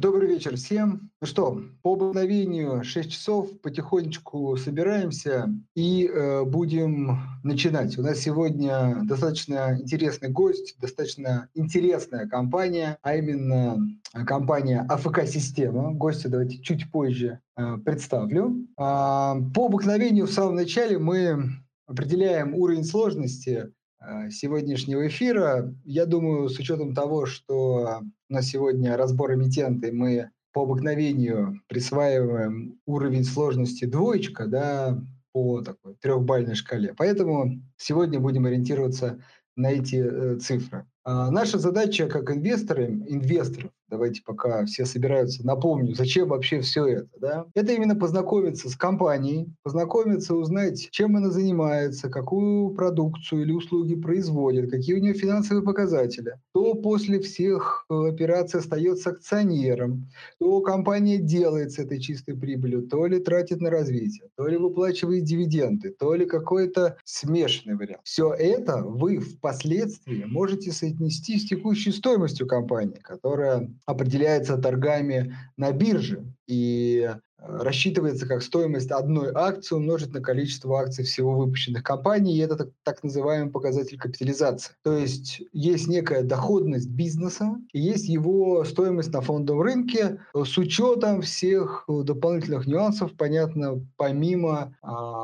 Добрый вечер всем. Ну что, по обыкновению 6 часов потихонечку собираемся и будем начинать. У нас сегодня достаточно интересный гость, достаточно интересная компания, а именно компания АФК-система. Гостя давайте чуть позже представлю. По обыкновению в самом начале мы определяем уровень сложности сегодняшнего эфира. Я думаю, с учетом того, что у нас сегодня разбор эмитента, и мы по обыкновению присваиваем уровень сложности двоечка, да, по такой трехбальной шкале. Поэтому сегодня будем ориентироваться на эти цифры. Наша задача как инвесторов, давайте пока все собираются, напомню, зачем вообще все это, да? Это именно познакомиться с компанией, познакомиться, узнать, чем она занимается, какую продукцию или услуги производит, какие у нее финансовые показатели, кто после всех операций остается акционером, что компания делает с этой чистой прибылью, то ли тратит на развитие, то ли выплачивает дивиденды, то ли какой-то смешанный вариант. Все это вы впоследствии можете соотнести с текущей стоимостью компании, которая определяется торгами на бирже и рассчитывается как стоимость одной акции умножить на количество акций всего выпущенных компаний, и это так называемый показатель капитализации. То есть есть некая доходность бизнеса, и есть его стоимость на фондовом рынке с учетом всех дополнительных нюансов, понятно, помимо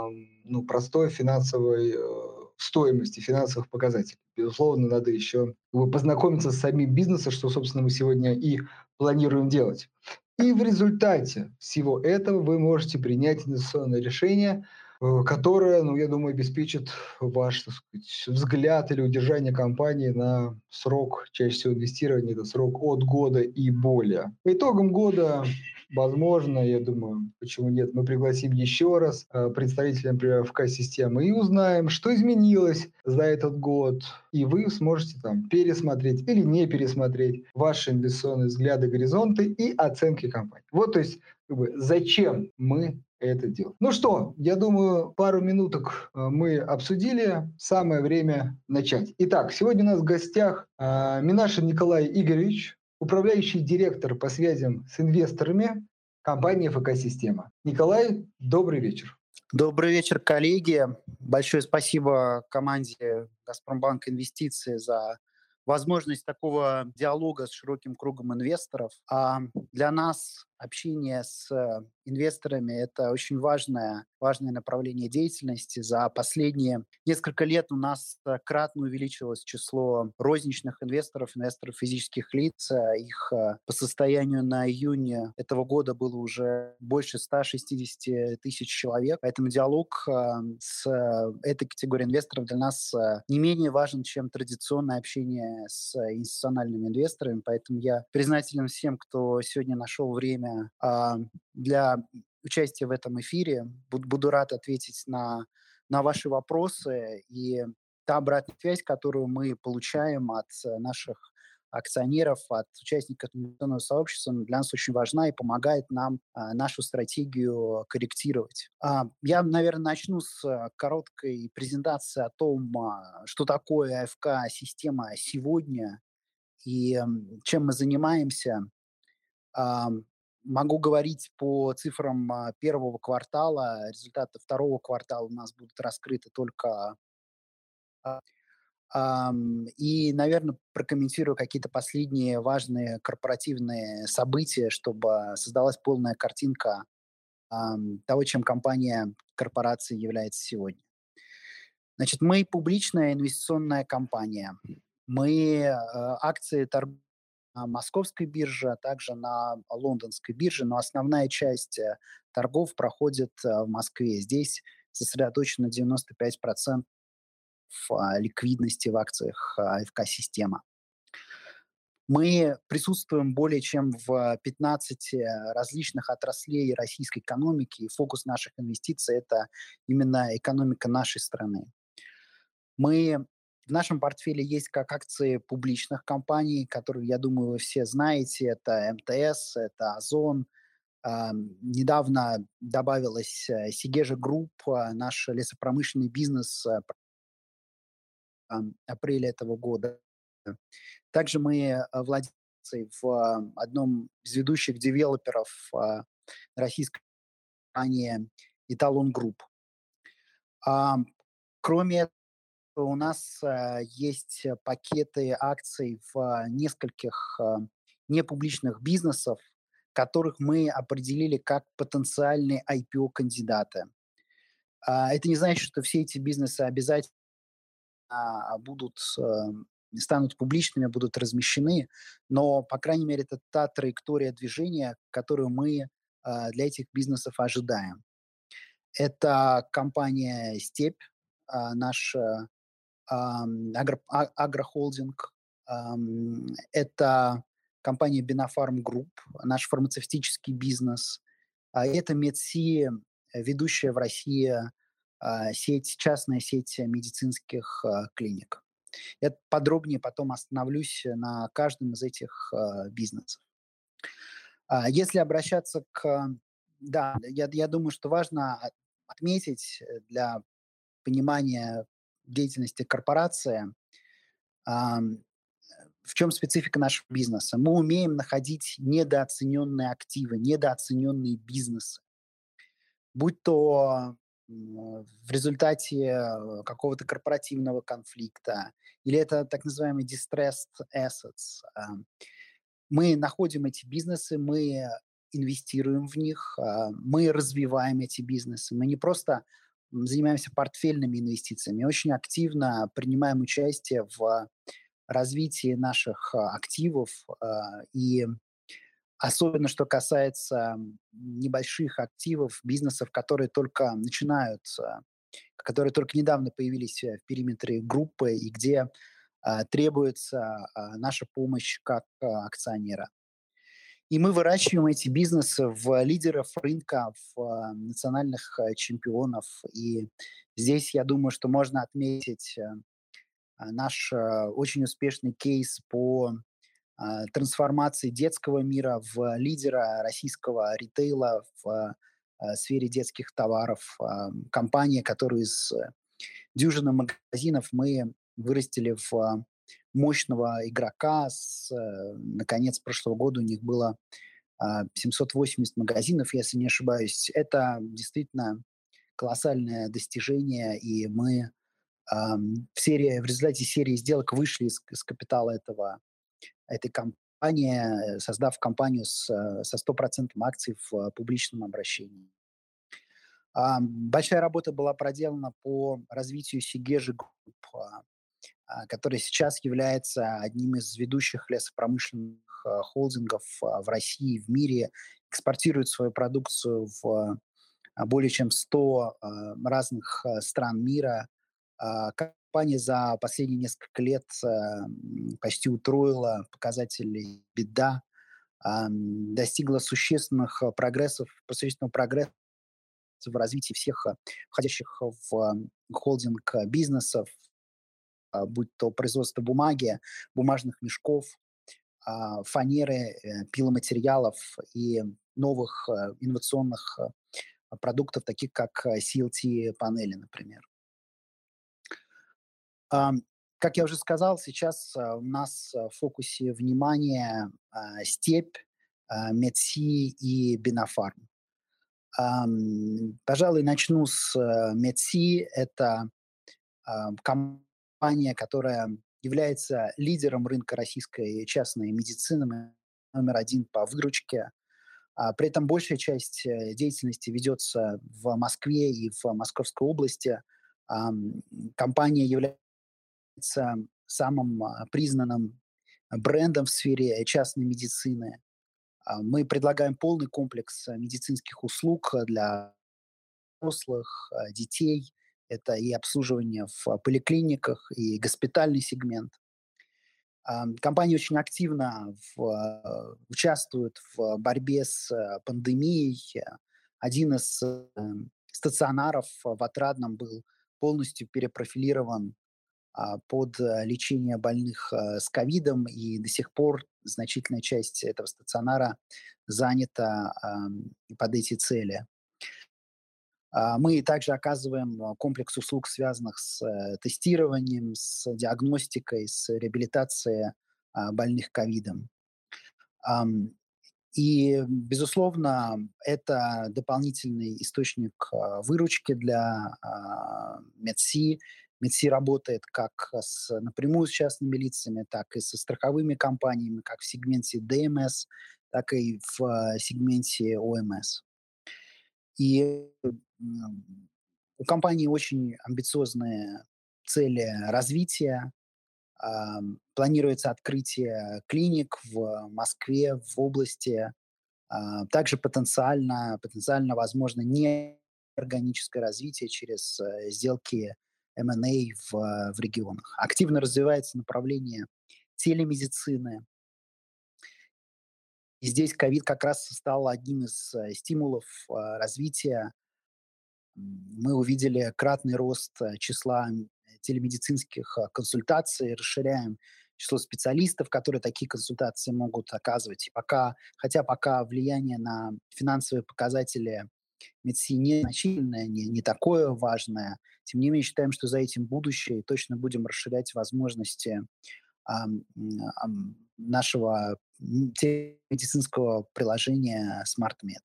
простой финансовой стоимости, финансовых показателей. Безусловно, надо еще познакомиться с самим бизнесом, что, собственно, мы сегодня и планируем делать. И в результате всего этого вы можете принять инвестиционное решение, которое, я думаю, обеспечит ваш, так сказать, взгляд или удержание компании на срок, чаще всего инвестирования, это срок от года и более. По итогам года, возможно, я думаю, почему нет, мы пригласим еще раз представителя, например, ФК-системы и узнаем, что изменилось за этот год, и вы сможете там пересмотреть или не пересмотреть ваши инвестиционные взгляды, горизонты и оценки компании. Вот, то есть, зачем мы это делаем. Ну что, я думаю, пару минуток мы обсудили, самое время начать. Итак, сегодня у нас в гостях Минашин Николай Игоревич, управляющий директор по связям с инвесторами компании ФК-система. Николай, добрый вечер. Добрый вечер, коллеги. Большое спасибо команде «Газпромбанк Инвестиции» за возможность такого диалога с широким кругом инвесторов. Для нас общение с инвесторами – это очень важное направление деятельности. За последние несколько лет у нас кратно увеличилось число розничных инвесторов физических лиц. Их по состоянию на июнь этого года было уже больше 160 тысяч человек. Поэтому диалог с этой категорией инвесторов для нас не менее важен, чем традиционное общение с институциональными инвесторами. Поэтому я признателен всем, кто сегодня нашел время для участия в этом эфире. Буду рад ответить на ваши вопросы. И та обратная связь, которую мы получаем от наших акционеров, от участников инвестиционного сообщества, для нас очень важна и помогает нам нашу стратегию корректировать. Я, наверное, начну с короткой презентации о том, что такое АФК-система сегодня и чем мы занимаемся. Могу говорить по цифрам первого квартала. Результаты второго квартала у нас будут раскрыты только. И, наверное, прокомментирую какие-то последние важные корпоративные события, чтобы создалась полная картинка того, чем компания, корпорация является сегодня. Значит, мы публичная инвестиционная компания. Мы акции торгуем на московской бирже, а также на лондонской бирже, но основная часть торгов проходит в Москве. Здесь сосредоточено 95% ликвидности в акциях АФК-система. Мы присутствуем более чем в 15 различных отраслей российской экономики, и фокус наших инвестиций – это именно экономика нашей страны. В нашем портфеле есть как акции публичных компаний, которые, я думаю, вы все знаете. Это МТС, это Озон. Недавно добавилась Сигежа Групп, наш лесопромышленный бизнес апреля этого года. Также мы владеем в одном из ведущих девелоперов российской компании Эталон Групп. А, Кроме этого, у нас есть пакеты акций в нескольких непубличных бизнесов, которых мы определили как потенциальные IPO-кандидаты. Это не значит, что все эти бизнесы обязательно станут публичными, будут размещены, но, по крайней мере, это та траектория движения, которую мы для этих бизнесов ожидаем. Это компания «Степь», наш агрохолдинг. Это компания «Бинофарм Групп», наш фармацевтический бизнес. Это МедСи, ведущая в России частная сеть медицинских клиник. Я подробнее потом остановлюсь на каждом из этих бизнесов. Если обращаться к... Да, я думаю, что важно отметить для понимания деятельности корпорации, в чем специфика нашего бизнеса. Мы умеем находить недооцененные активы, недооцененные бизнесы, будь то в результате какого-то корпоративного конфликта, или это так называемые distressed assets. Мы находим эти бизнесы, мы инвестируем в них, мы развиваем эти бизнесы. Мы не просто занимаемся портфельными инвестициями, очень активно принимаем участие в развитии наших активов, и особенно что касается небольших активов, бизнесов, которые только начинаются, которые только недавно появились в периметре группы и где требуется наша помощь как акционера. И мы выращиваем эти бизнесы в лидеров рынка, в национальных чемпионов. И здесь, я думаю, что можно отметить наш очень успешный кейс по трансформации детского мира в лидера российского ритейла в сфере детских товаров. Компания, которую из дюжины магазинов мы вырастили в мощного игрока. На конец прошлого года у них было 780 магазинов, если не ошибаюсь. Это действительно колоссальное достижение, и мы в результате серии сделок вышли из капитала этой компании, создав компанию со 100% акций в публичном обращении. Большая работа была проделана по развитию Сигежи Групп, который сейчас является одним из ведущих лесопромышленных холдингов в России и в мире, экспортирует свою продукцию в более чем 100 разных стран мира. Компания за последние несколько лет почти утроила показатели EBITDA, достигла существенного прогресса в развитии всех входящих в холдинг бизнесов, будь то производство бумаги, бумажных мешков, фанеры, пиломатериалов и новых инновационных продуктов, таких как CLT-панели, например. Как я уже сказал, сейчас у нас в фокусе внимания «Степь», МедСи и Бинофарм. Пожалуй, начну с МедСи. Это компания, которая является лидером рынка российской частной медицины, номер один по выручке. При этом большая часть деятельности ведется в Москве и в Московской области. Компания является самым признанным брендом в сфере частной медицины. Мы предлагаем полный комплекс медицинских услуг для взрослых, детей. Это и обслуживание в поликлиниках, и госпитальный сегмент. Компания очень активно участвует в борьбе с пандемией. Один из стационаров в Отрадном был полностью перепрофилирован под лечение больных с ковидом, и до сих пор значительная часть этого стационара занята под эти цели. Мы также оказываем комплекс услуг, связанных с тестированием, с диагностикой, с реабилитацией больных ковидом. И, безусловно, это дополнительный источник выручки для МедСи. МедСи работает как напрямую с частными лицами, так и со страховыми компаниями, как в сегменте ДМС, так и в сегменте ОМС. И у компании очень амбициозные цели развития. Планируется открытие клиник в Москве, в области. Также потенциально возможно неорганическое развитие через сделки M&A в регионах. Активно развивается направление телемедицины. И здесь ковид как раз стал одним из стимулов развития. Мы увидели кратный рост числа телемедицинских консультаций, расширяем число специалистов, которые такие консультации могут оказывать. Хотя пока влияние на финансовые показатели медицине значительное, не такое важное, тем не менее считаем, что за этим будущее, и точно будем расширять возможности нашего телемедицинского приложения SmartMed.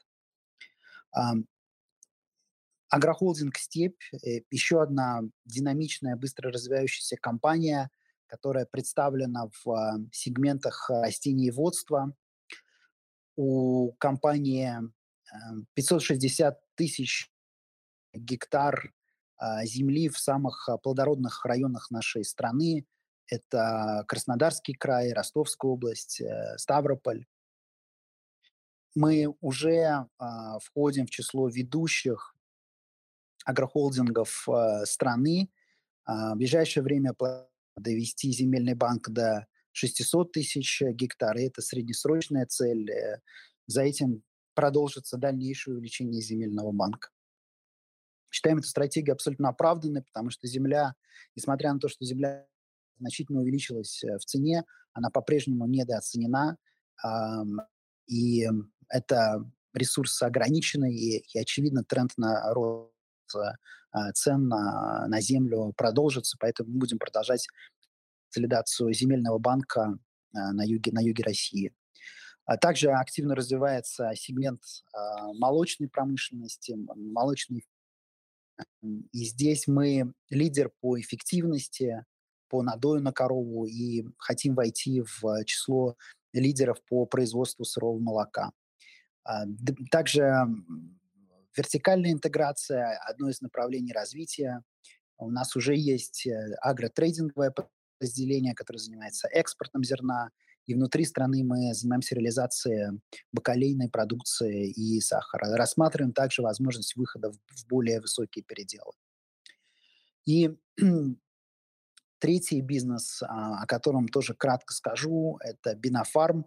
Агрохолдинг «Степь» еще одна динамичная, быстро развивающаяся компания, которая представлена в сегментах растениеводства. У компании 560 тысяч гектар земли в самых плодородных районах нашей страны. Это Краснодарский край, Ростовская область, Ставрополь. Мы уже входим в число ведущих агрохолдингов страны. В ближайшее время планируется довести земельный банк до 600 тысяч гектар, и это среднесрочная цель. За этим продолжится дальнейшее увеличение земельного банка. Считаем эту стратегию абсолютно оправданной, потому что земля, несмотря на то, что земля значительно увеличилась в цене, она по-прежнему недооценена, и это ресурс ограниченный, и очевидно, тренд на рост цен на землю продолжится, поэтому мы будем продолжать консолидацию земельного банка на юге России. Также активно развивается сегмент молочной промышленности, молочной. И здесь мы лидер по эффективности, по надою на корову и хотим войти в число лидеров по производству сырого молока. Также вертикальная интеграция – одно из направлений развития. У нас уже есть агротрейдинговое подразделение, которое занимается экспортом зерна, и внутри страны мы занимаемся реализацией бакалейной продукции и сахара. Рассматриваем также возможность выхода в более высокие переделы. И третий бизнес, о котором тоже кратко скажу, это Бинофарм.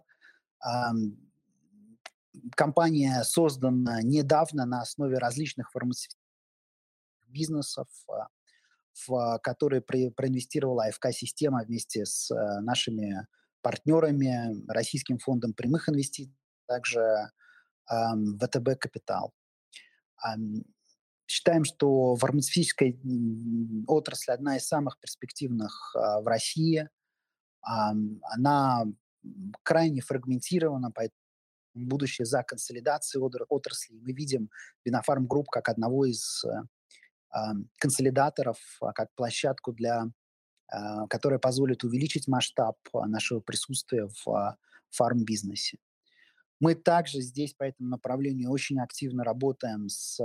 Компания создана недавно на основе различных фармацевтических бизнесов, в которые проинвестировала АФК-система вместе с нашими партнерами, Российским фондом прямых инвестиций, также ВТБ Капитал. Считаем, что фармацевтическая отрасль одна из самых перспективных в России. Она крайне фрагментирована, поэтому будущее за консолидацией отрасли. Мы видим Бинофарм Групп как одного из консолидаторов, как площадку, которая позволит увеличить масштаб нашего присутствия в фарм-бизнесе. Мы также здесь по этому направлению очень активно работаем с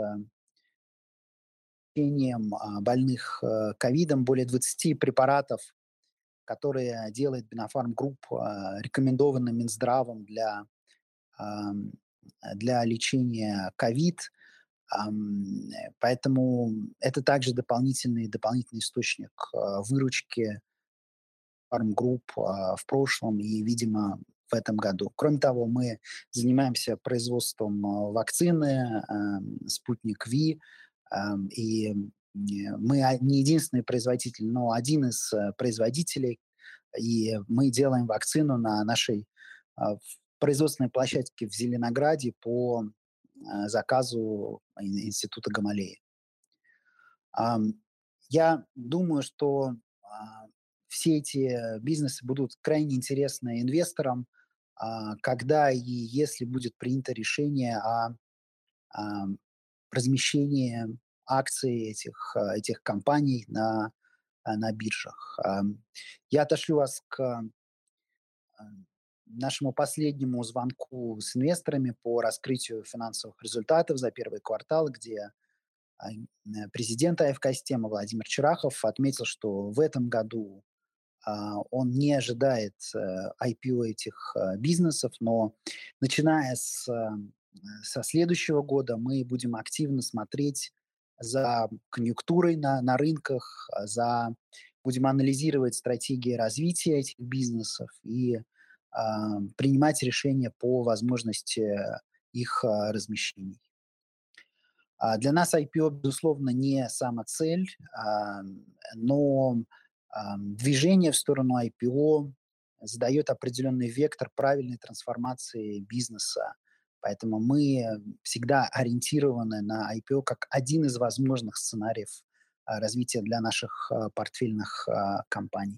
лечением больных ковидом. Более 20 препаратов, которые делает Бинофарм Групп, рекомендованы Минздравом для лечения ковид. Поэтому это также дополнительный источник выручки фармгрупп в прошлом и, видимо, в этом году. Кроме того, мы занимаемся производством вакцины «Спутник Ви», и мы не единственный производитель, но один из производителей, и мы делаем вакцину на нашей производственной площадке в Зеленограде по заказу Института Гамалеи. Я думаю, что все эти бизнесы будут крайне интересны инвесторам. когда и если будет принято решение о ам, размещении акций этих компаний на биржах. Я отошлю вас к а, нашему последнему звонку с инвесторами по раскрытию финансовых результатов за первый квартал, где президент АФК-системы Владимир Чурахов отметил, что в этом году он не ожидает IPO этих бизнесов, но начиная со следующего года мы будем активно смотреть за конъюнктурой на рынках, будем анализировать стратегии развития этих бизнесов и принимать решения по возможности их размещений. Для нас IPO, безусловно, не самоцель, но движение в сторону IPO задает определенный вектор правильной трансформации бизнеса. Поэтому мы всегда ориентированы на IPO как один из возможных сценариев развития для наших портфельных компаний.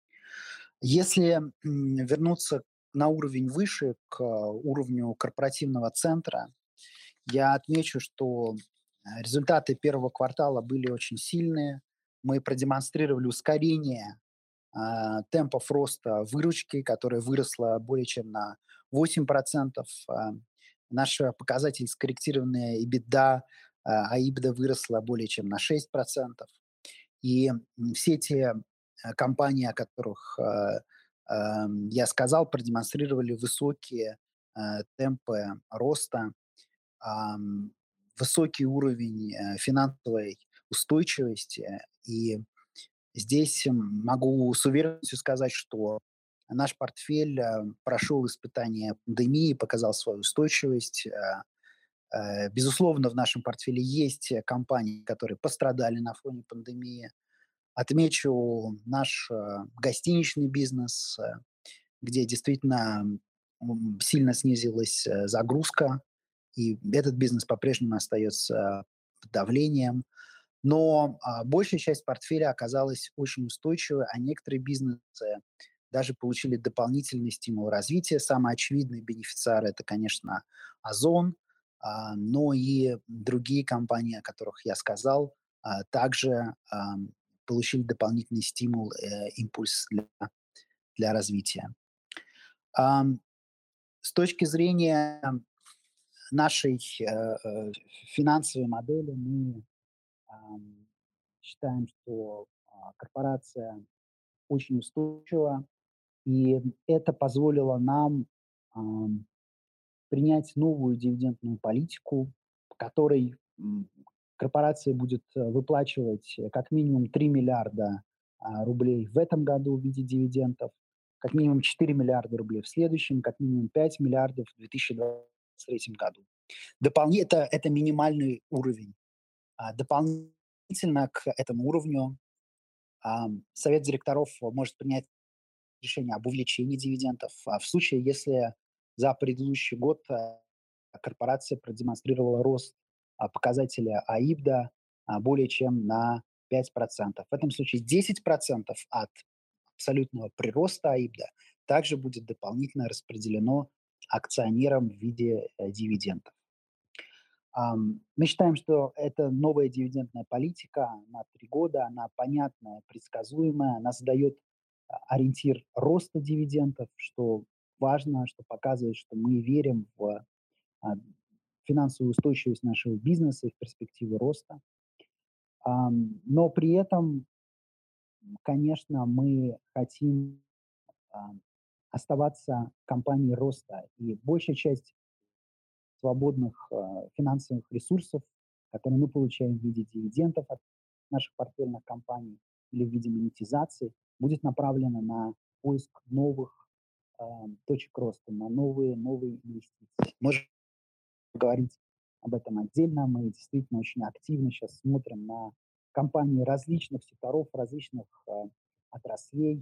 Если вернуться на уровень выше, к уровню корпоративного центра, я отмечу, что результаты первого квартала были очень сильные. Мы продемонстрировали ускорение темпов роста выручки, которая выросла более чем на 8%. Наш показатель скорректированная EBITDA, EBITDA выросла более чем на 6%. И все те компании, о которых я сказал, продемонстрировали высокие темпы роста, ам, высокий уровень финансовой устойчивости. И здесь могу с уверенностью сказать, что наш портфель прошел испытание пандемии, показал свою устойчивость. Безусловно, в нашем портфеле есть компании, которые пострадали на фоне пандемии. Отмечу наш гостиничный бизнес, где действительно сильно снизилась загрузка, и этот бизнес по-прежнему остается под давлением. Но большая часть портфеля оказалась очень устойчивой, а некоторые бизнесы даже получили дополнительный стимул развития. Самый очевидный бенефициар — это, конечно, Озон, но и другие компании, о которых я сказал, также получили дополнительный стимул, импульс для развития. Ам, с точки зрения нашей финансовой модели мы ам, считаем, что корпорация очень устойчива, и это позволило нам ам, принять новую дивидендную политику, по которой корпорация будет выплачивать как минимум 3 миллиарда рублей в этом году в виде дивидендов, как минимум 4 миллиарда рублей в следующем, как минимум 5 миллиардов в 2023 году. Это минимальный уровень. Дополнительно к этому уровню совет директоров может принять решение об увеличении дивидендов в случае, если за предыдущий год корпорация продемонстрировала рост показателя АИБДА более чем на 5%. В этом случае 10% от абсолютного прироста АИБДА также будет дополнительно распределено акционерам в виде дивидендов. Мы считаем, что это новая дивидендная политика на 3 года, она понятная, предсказуемая, она задает ориентир роста дивидендов, что важно, что показывает, что мы верим в а, финансовую устойчивость нашего бизнеса и в перспективы роста. Но при этом, конечно, мы хотим оставаться компанией роста, и большая часть свободных финансовых ресурсов, которые мы получаем в виде дивидендов от наших портфельных компаний или в виде монетизации, будет направлена на поиск новых точек роста, на новые инвестиции. Можем поговорить об этом отдельно. Мы действительно очень активно сейчас смотрим на компании различных секторов, различных отраслей.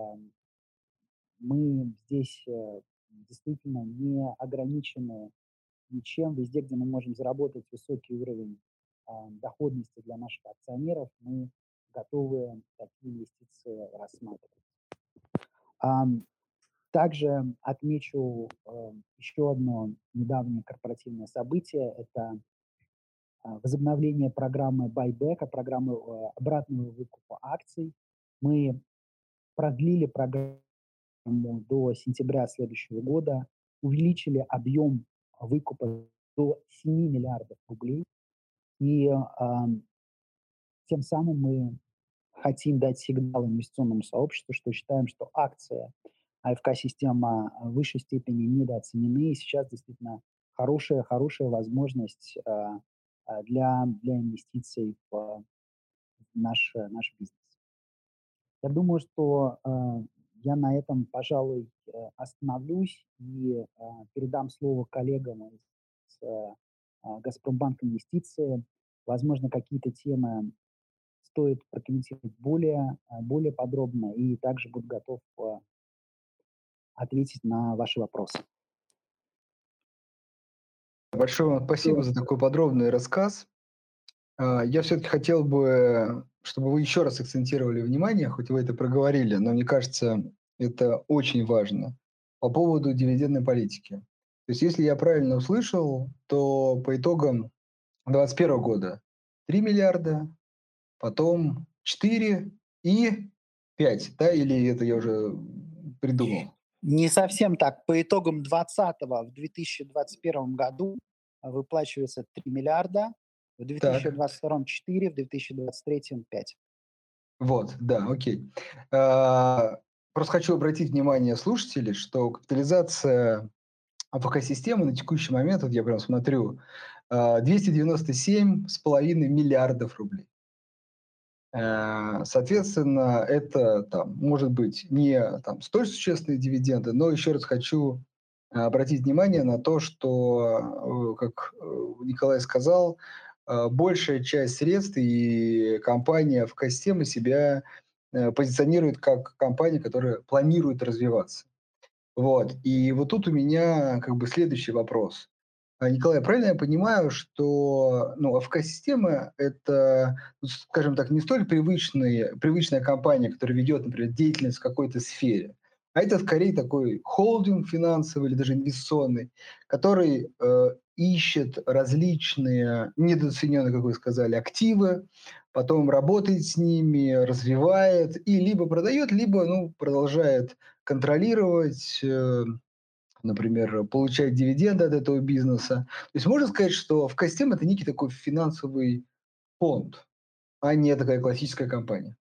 Мы здесь действительно не ограничены ничем. Везде, где мы можем заработать высокий уровень доходности для наших акционеров, мы готовы такие инвестиции рассматривать. Также отмечу еще одно недавнее корпоративное событие. Это возобновление программы байбека, программы обратного выкупа акций. Мы продлили программу до сентября следующего года, увеличили объем выкупа до 7 миллиардов рублей. И тем самым мы хотим дать сигнал инвестиционному сообществу, что считаем, что акции АФК-система в высшей степени недооценены, и сейчас действительно хорошая возможность для инвестиций в наш бизнес. Я думаю, что я на этом, пожалуй, остановлюсь и передам слово коллегам из «Газпромбанк Инвестиции». Возможно, какие-то темы стоит прокомментировать более подробно, и также буду готов ответить на ваши вопросы. Большое вам спасибо за такой подробный рассказ. Я все-таки хотел бы, чтобы вы еще раз акцентировали внимание, хоть вы это проговорили, но мне кажется, это очень важно, по поводу дивидендной политики. То есть, если я правильно услышал, то по итогам 2021 года 3 миллиарда, потом 4 и 5, да, или это я уже придумал? Не совсем так. По итогам 2020 в 2021 году выплачивается 3 миллиарда, в Так. 2022 4, в 2023 5. Вот, да, окей. Просто хочу обратить внимание слушателей, что капитализация АПК-системы на текущий момент, вот я прям смотрю, 297,5 миллиардов рублей. Соответственно, это там, может быть, не там, столь существенные дивиденды, но еще раз хочу обратить внимание на то, что, как Николай сказал, большая часть средств и компания АФК-системы себя позиционирует как компания, которая планирует развиваться. Вот. И вот тут у меня как бы следующий вопрос. Николай, правильно я понимаю, что ну, АФК-система – это, ну, скажем так, не столь привычная компания, которая ведет, например, деятельность в какой-то сфере, а это скорее такой холдинг финансовый или даже инвестиционный, который ищет различные недооцененные, как вы сказали, активы, потом работает с ними, развивает и либо продает, либо ну, продолжает контролировать, например, получать дивиденды от этого бизнеса. То есть можно сказать, что в Костем это некий такой финансовый фонд, а не такая классическая компания.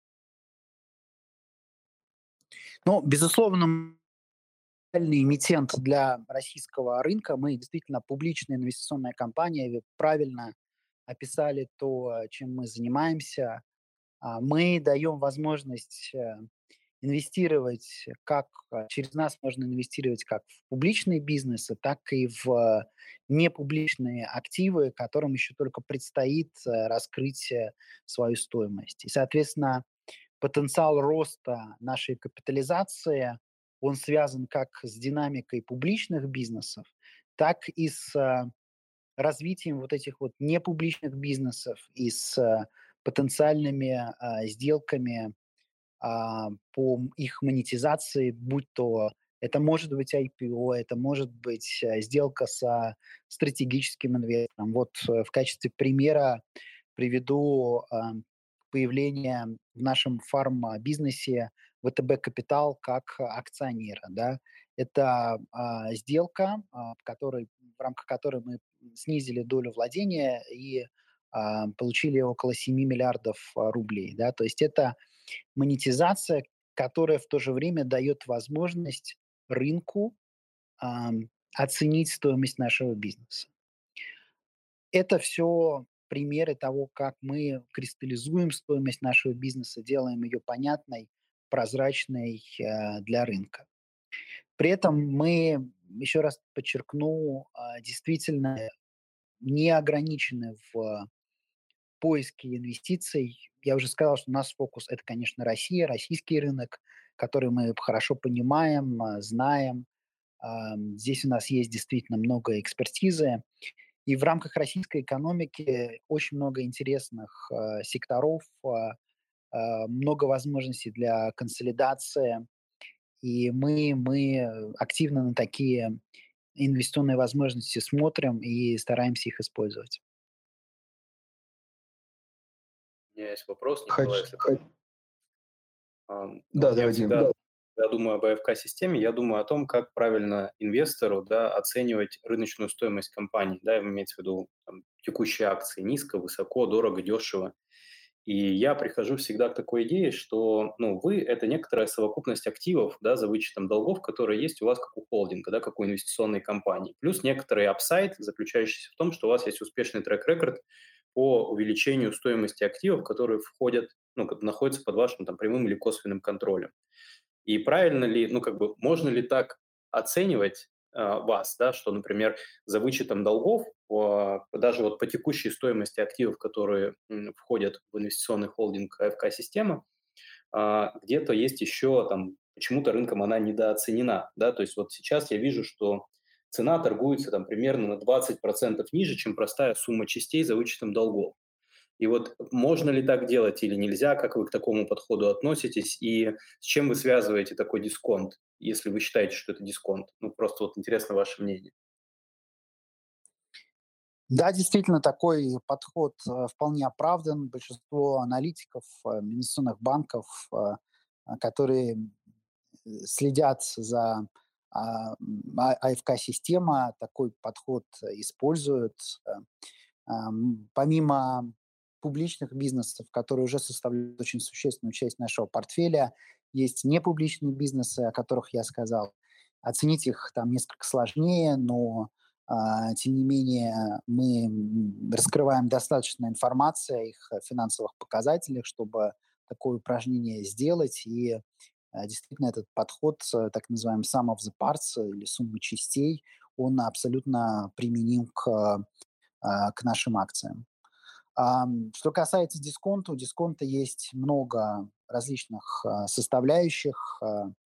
Ну, безусловно, реальный эмитент для российского рынка. Мы действительно публичная инвестиционная компания. Вы правильно описали то, чем мы занимаемся. Мы даем возможность инвестировать через нас можно инвестировать как в публичные бизнесы, так и в непубличные активы, которым еще только предстоит раскрыть свою стоимость. И, соответственно, потенциал роста нашей капитализации, он связан как с динамикой публичных бизнесов, так и с развитием вот этих вот непубличных бизнесов и с потенциальными сделками по их монетизации, будь то это может быть IPO, это может быть сделка со стратегическим инвестором. Вот в качестве примера приведу появление в нашем фарм-бизнесе ВТБ Капитал как акционера. Да. Это сделка, в рамках которой мы снизили долю владения и получили около 7 миллиардов рублей. Да. То есть это монетизация, которая в то же время дает возможность рынку оценить стоимость нашего бизнеса. Это все примеры того, как мы кристаллизуем стоимость нашего бизнеса, делаем ее понятной, прозрачной для рынка. При этом мы, еще раз подчеркну, действительно не ограничены в поиске инвестиций. Я уже сказал, что у нас фокус – это, конечно, Россия, российский рынок, который мы хорошо понимаем, знаем. Здесь у нас есть действительно много экспертизы. И в рамках российской экономики очень много интересных секторов, много возможностей для консолидации. и мы активно на такие инвестиционные возможности смотрим и стараемся их использовать. У меня есть вопрос, Николай, Хач- если ха- Вот Да, я давайте. всегда, когда думаю об АФК-системе, я думаю о том, как правильно инвестору, да, оценивать рыночную стоимость компании, да, имеется в виду там, текущие акции, низко, высоко, дорого, дешево. И я прихожу всегда к такой идее, что, ну, вы– это некоторая совокупность активов, да, за вычетом долгов, которые есть у вас как у холдинга, да, как у инвестиционной компании. Плюс некоторый апсайд, заключающийся в том, что у вас есть успешный трек-рекорд по увеличению стоимости активов, которые входят, ну, находятся под вашим там прямым или косвенным контролем. И правильно ли, ну, как бы, можно ли так оценивать вас, да, что, например, за вычетом долгов, даже вот по текущей стоимости активов, которые входят в инвестиционный холдинг АФК-система, где-то есть еще там, почему-то рынком она недооценена, да, то есть вот сейчас я вижу, что цена торгуется там примерно на 20% ниже, чем простая сумма частей за вычетом долгов. И вот можно ли так делать или нельзя, как вы к такому подходу относитесь, и с чем вы связываете такой дисконт, если вы считаете, что это дисконт? Ну, просто вот интересно ваше мнение. Да, действительно, такой подход вполне оправдан. Большинство аналитиков, инвестиционных банков, которые следят за АФК-система, такой подход используют. Помимо публичных бизнесов, которые уже составляют очень существенную часть нашего портфеля, есть непубличные бизнесы, о которых я сказал. Оценить их там несколько сложнее, но тем не менее мы раскрываем достаточно информации о их финансовых показателях, чтобы такое упражнение сделать. И действительно этот подход, так называемый sum of the parts или суммы частей, он абсолютно применим к нашим акциям. Что касается дисконта, у дисконта есть много различных составляющих.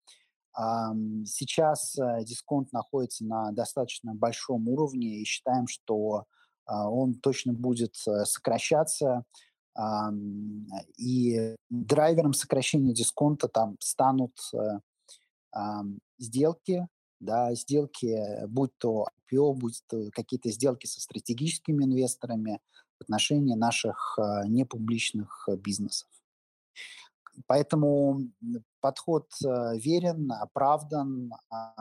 Сейчас дисконт находится на достаточно большом уровне и считаем, что он точно будет сокращаться. И драйвером сокращения дисконта там станут сделки, да, сделки, будь то IPO, будь то какие-то сделки со стратегическими инвесторами в отношении наших непубличных бизнесов. Поэтому подход верен, оправдан.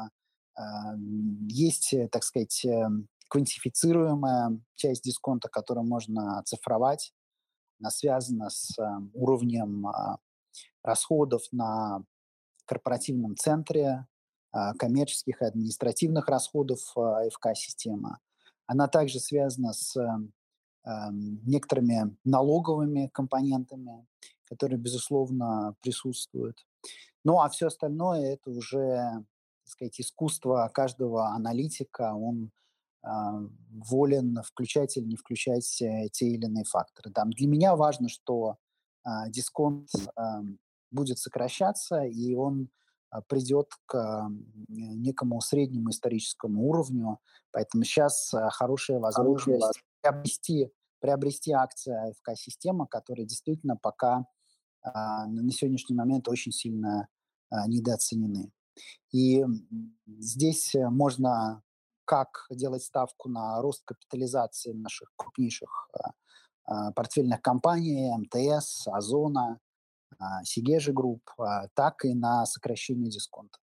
Есть, так сказать, квантифицируемая часть дисконта, которую можно оцифровать. Она связана с уровнем расходов на корпоративном центре, коммерческих и административных расходов АФК-система. Она также связана с некоторыми налоговыми компонентами, которые, безусловно, присутствуют. Ну, а все остальное– это уже, так сказать, искусство каждого аналитика. Он волен включать или не включать те или иные факторы. Там, для меня важно, что дисконт будет сокращаться, и он придет к некому среднему историческому уровню. Поэтому сейчас хорошая возможность приобрести акции АФК-система, которые действительно пока на сегодняшний момент очень сильно недооценены. И здесь можно как делать ставку на рост капитализации наших крупнейших портфельных компаний, МТС, Озона, Сигежи Групп, так и на сокращение дисконта.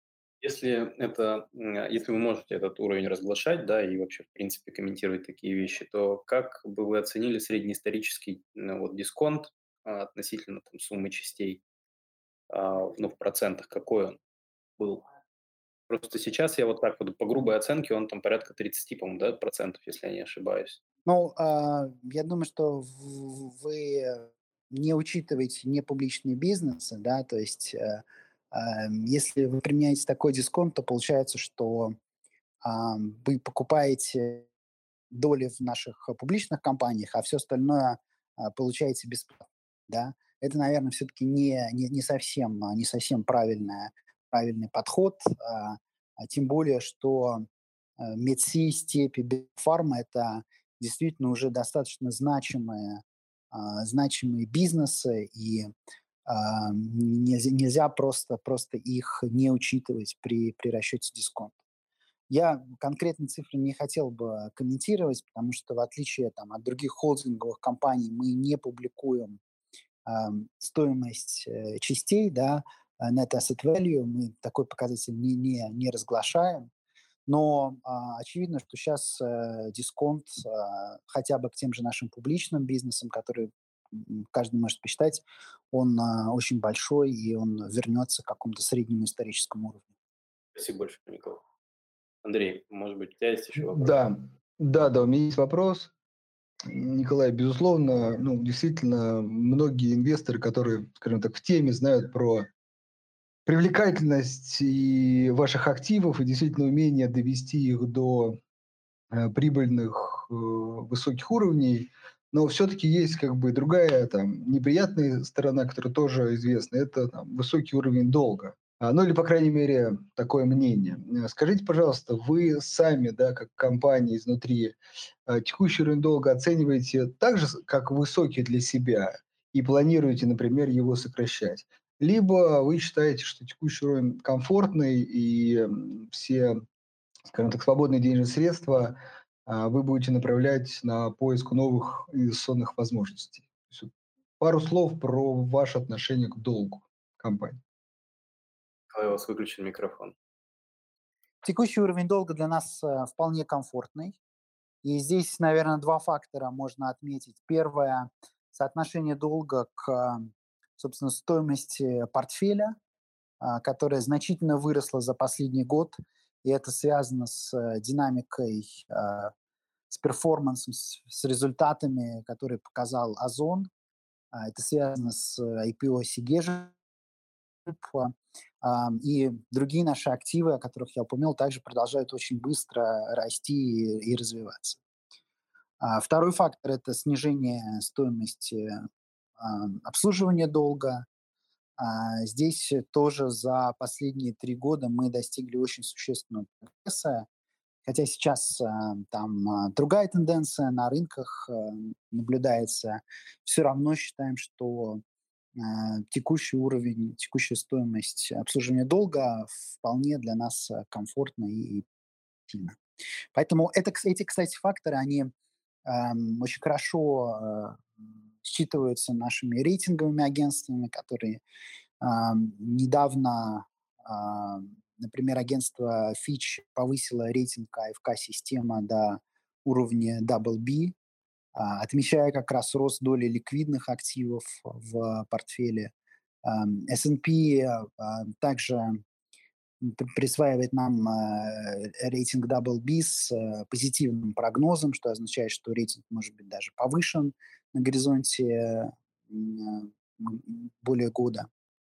Если вы можете этот уровень разглашать, да, и вообще, в принципе, комментировать такие вещи, то как бы вы оценили среднеисторический, ну, вот дисконт относительно там суммы частей, ну, в процентах, какой он был? Просто сейчас я вот так вот по грубой оценке, он там порядка 30, по-моему, да, процентов, если я не ошибаюсь. Ну, я думаю, что вы не учитываете непубличные бизнесы, да, то есть если вы применяете такой дисконт, то получается, что вы покупаете доли в наших публичных компаниях, а все остальное получаете бесплатно, да. Это, наверное, все-таки не совсем правильный подход, тем более, что МедСи, Степи, Бигфарма– это действительно уже достаточно значимые бизнесы, и Нельзя просто их не учитывать при расчете дисконта. Я конкретные цифры не хотел бы комментировать, потому что в отличие от других холдинговых компаний мы не публикуем стоимость частей, да, net asset value, мы такой показатель не разглашаем. Но очевидно, что сейчас дисконт хотя бы к тем же нашим публичным бизнесам, которые каждый может посчитать, он очень большой, и он вернется к какому-то среднему историческому уровню. Спасибо большое, Николай. Андрей, может быть, у тебя есть еще вопрос? Да, у меня есть вопрос. Николай, безусловно, действительно, многие инвесторы, которые, скажем так, в теме, знают про привлекательность и ваших активов, и действительно умение довести их до прибыльных высоких уровней. Но все-таки есть как бы другая неприятная сторона, которая тоже известна. Это высокий уровень долга. Ну или, по крайней мере, такое мнение. Скажите, пожалуйста, вы сами, да, как компания изнутри, текущий уровень долга оцениваете так же, как высокий для себя, и планируете, например, его сокращать? Либо вы считаете, что текущий уровень комфортный, и все, скажем так, свободные денежные средства вы будете направлять на поиск новых инвестиционных возможностей? То есть вот пару слов про ваше отношение к долгу компании. Николай, у вас выключен микрофон. Текущий уровень долга для нас вполне комфортный. И здесь, наверное, два фактора можно отметить. Первое — соотношение долга к, собственно, стоимости портфеля, которая значительно выросла за последний год. И это связано с динамикой, с перформансом, с результатами, которые показал Озон. Это связано с IPO Сигежи. И другие наши активы, о которых я упомянул, также продолжают очень быстро расти и развиваться. Второй фактор — это снижение стоимости обслуживания долга. Здесь тоже за последние 3 года мы достигли очень существенного прогресса, хотя сейчас другая тенденция на рынках наблюдается. Все равно считаем, что текущий уровень, текущая стоимость обслуживания долга вполне для нас комфортна и сильно. Поэтому эти, кстати, факторы, они очень хорошо считываются нашими рейтинговыми агентствами, которые недавно, например, агентство Fitch повысило рейтинг АФК-система до уровня BB, отмечая как раз рост доли ликвидных активов в портфеле. S&P также присваивает нам рейтинг BB с позитивным прогнозом, что означает, что рейтинг может быть даже повышен на горизонте более года.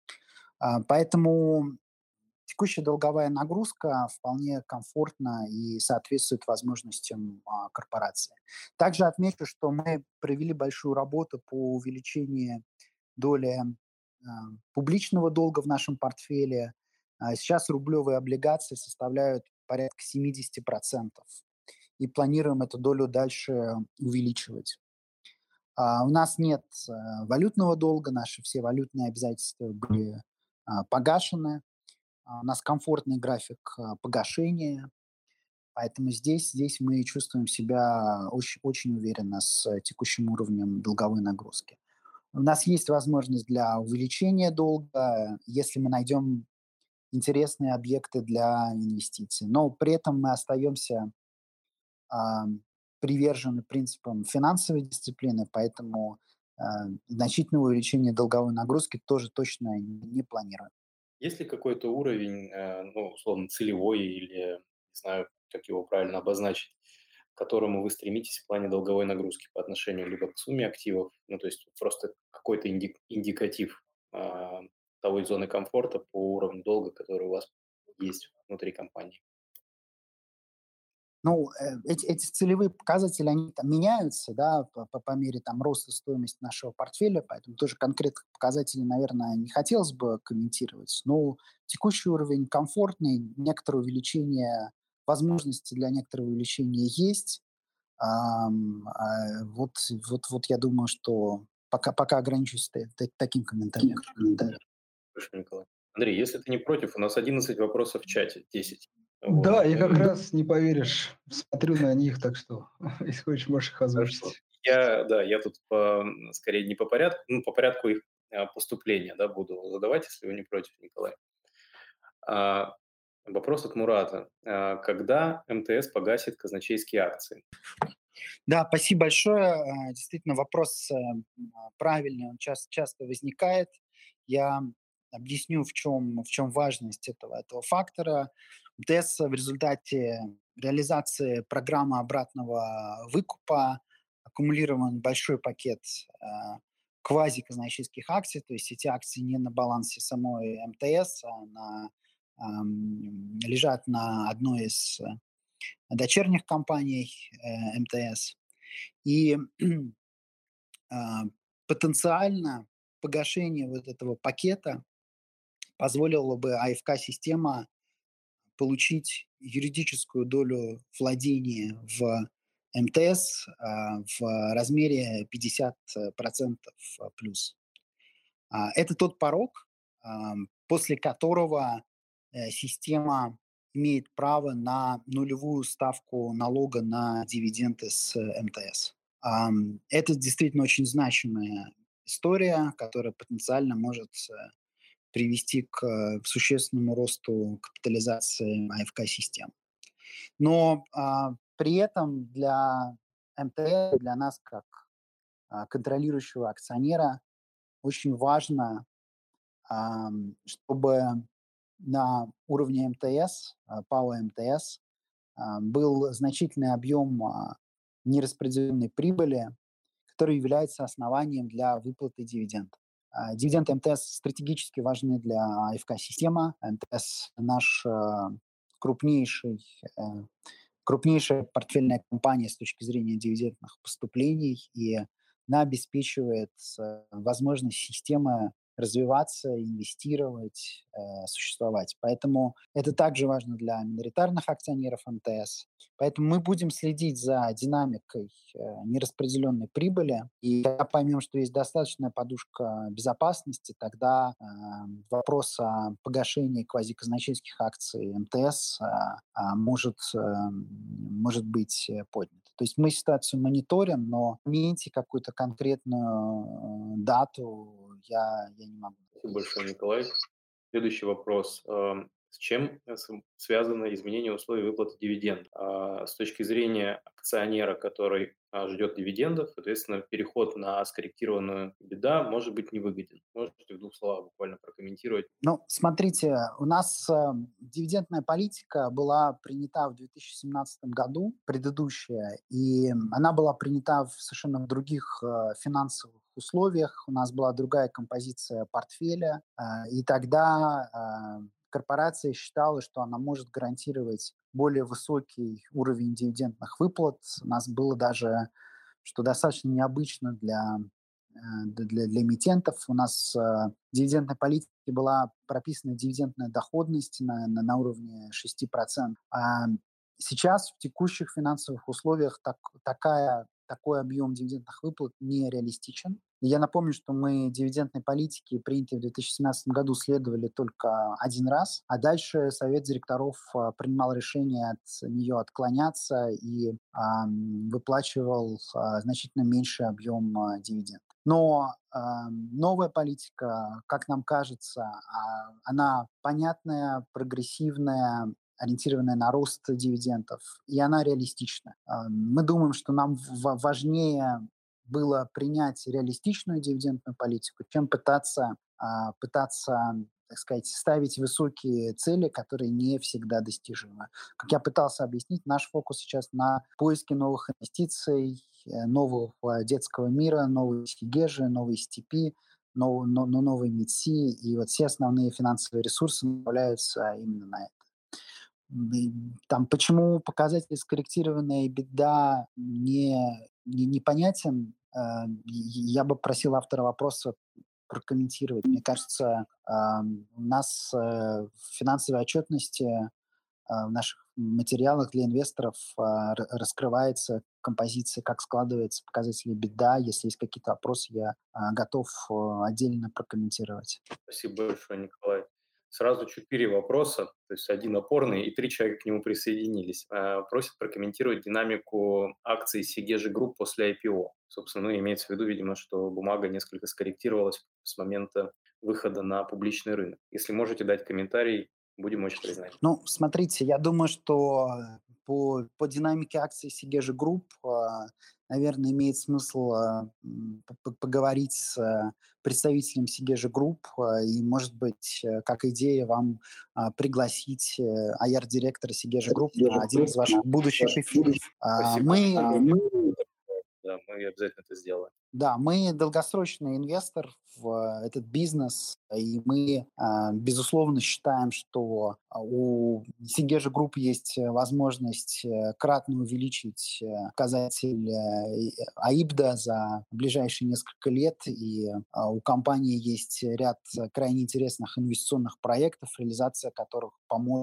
Поэтому текущая долговая нагрузка вполне комфортна и соответствует возможностям корпорации. Также отмечу, что мы провели большую работу по увеличению доли публичного долга в нашем портфеле. Сейчас рублевые облигации составляют порядка 70%, и планируем эту долю дальше увеличивать. У нас нет валютного долга, наши все валютные обязательства были погашены. У нас комфортный график погашения, поэтому здесь мы чувствуем себя очень, очень уверенно с текущим уровнем долговой нагрузки. У нас есть возможность для увеличения долга, если мы найдем интересные объекты для инвестиций. Но при этом мы остаемся привержены принципам финансовой дисциплины, поэтому значительного увеличения долговой нагрузки тоже точно не планируем. Есть ли какой-то уровень, условно, целевой или, не знаю, как его правильно обозначить, к которому вы стремитесь в плане долговой нагрузки по отношению либо к сумме активов, то есть просто какой-то индикатив той зоны комфорта по уровню долга, который у вас есть внутри компании? Эти целевые показатели, они меняются, да, по мере роста стоимости нашего портфеля, поэтому тоже конкретных показателей, наверное, не хотелось бы комментировать. Но текущий уровень комфортный, некоторое увеличение, возможности для некоторого увеличения есть. Вот я думаю, что пока ограничусь таким комментарием. Хорошо, Николай. Андрей, если ты не против, у нас 11 вопросов в чате, 10. Да, я как раз, не поверишь, смотрю на них, так что, если хочешь, можешь их Хорошо. озвучить. Я тут скорее не по порядку, по порядку их поступления, да, буду задавать, если вы не против, Николай. А, Вопрос от Мурата. Когда МТС погасит казначейские акции? Да, спасибо большое. Действительно, вопрос правильный, он часто возникает. Я объясню, в чем важность этого фактора. МТС в результате реализации программы обратного выкупа аккумулирован большой пакет квазиказначейских акций, то есть эти акции не на балансе самой МТС, лежат на одной из дочерних компаний МТС. И а, потенциально погашение вот этого пакета позволило бы АФК-система получить юридическую долю владения в МТС в размере 50% плюс. Это тот порог, после которого система имеет право на нулевую ставку налога на дивиденды с МТС. Это действительно очень значимая история, которая потенциально может привести к существенному росту капитализации АФК-систем. Но при этом для МТС, для нас как контролирующего акционера, очень важно, чтобы на уровне МТС, ПАО МТС, был значительный объем нераспределенной прибыли, который является основанием для выплаты дивидендов. Дивиденды МТС стратегически важны для АФК-системы. МТС наш крупнейший крупнейшая портфельная компания с точки зрения дивидендных поступлений, и она обеспечивает возможность системы развиваться, инвестировать, существовать. Поэтому это также важно для миноритарных акционеров МТС. Поэтому мы будем следить за динамикой нераспределенной прибыли. И когда поймем, что есть достаточная подушка безопасности, тогда вопрос о погашении квазиказначейских акций МТС может быть поднят. То есть мы ситуацию мониторим, но в моменте какую-то конкретную дату я не могу. Спасибо большое, Николай. Следующий вопрос. С чем связано изменение условий выплаты дивидендов? С точки зрения акционера, который ждет дивидендов, соответственно, переход на скорректированную EBITDA может быть невыгоден. Можете в двух словах буквально прокомментировать? Ну, смотрите, у нас дивидендная политика была принята в 2017 году, предыдущая, и она была принята в совершенно других финансовых условиях. У нас была другая композиция портфеля, и тогда корпорация считала, что она может гарантировать более высокий уровень дивидендных выплат. У нас было даже, что достаточно необычно для эмитентов. У нас в дивидендной политике была прописана дивидендная доходность на уровне 6%. А сейчас в текущих финансовых условиях такой объем дивидендных выплат нереалистичен. И я напомню, что мы дивидендной политики, принятой в 2017 году, следовали только один раз, а дальше Совет директоров принимал решение от нее отклоняться и выплачивал значительно меньший объем дивидендов. Но новая политика, как нам кажется, она понятная, прогрессивная, ориентированная на рост дивидендов, и она реалистична. Мы думаем, что нам важнее было принять реалистичную дивидендную политику, чем пытаться, так сказать, ставить высокие цели, которые не всегда достижимы. Как я пытался объяснить, наш фокус сейчас на поиске новых инвестиций, нового детского мира, новой Сигежи, новой степи, новой МИДСИ, и вот все основные финансовые ресурсы направляются именно на это. Там, почему показатель скорректированная беда непонятен, я бы просил автора вопроса прокомментировать. Мне кажется, у нас в финансовой отчетности в материалах для инвесторов раскрывается композиция, как складывается показатели EBITDA. Если есть какие-то вопросы, я готов отдельно прокомментировать. Спасибо большое, Николай. Сразу 4 вопроса, то есть один опорный, и 3 человека к нему присоединились. Просят прокомментировать динамику акций Сигежи Групп после IPO. Собственно, ну, имеется в виду, видимо, что бумага несколько скорректировалась с момента выхода на публичный рынок. Если можете дать комментарий, будем очень признательны. Ну, смотрите, я думаю, что по динамике акций Сигежи Групп, наверное, имеет смысл поговорить с представителем Сигежи Групп и, может быть, как идея вам пригласить IR-директора Сигежи Групп на один из ваших будущих эфиров. Спасибо. Да, мы обязательно это сделаем. Да, мы долгосрочный инвестор в этот бизнес, и мы, безусловно, считаем, что у Сигежи Групп есть возможность кратно увеличить показатель АИБДА за ближайшие несколько лет, и у компании есть ряд крайне интересных инвестиционных проектов, реализация которых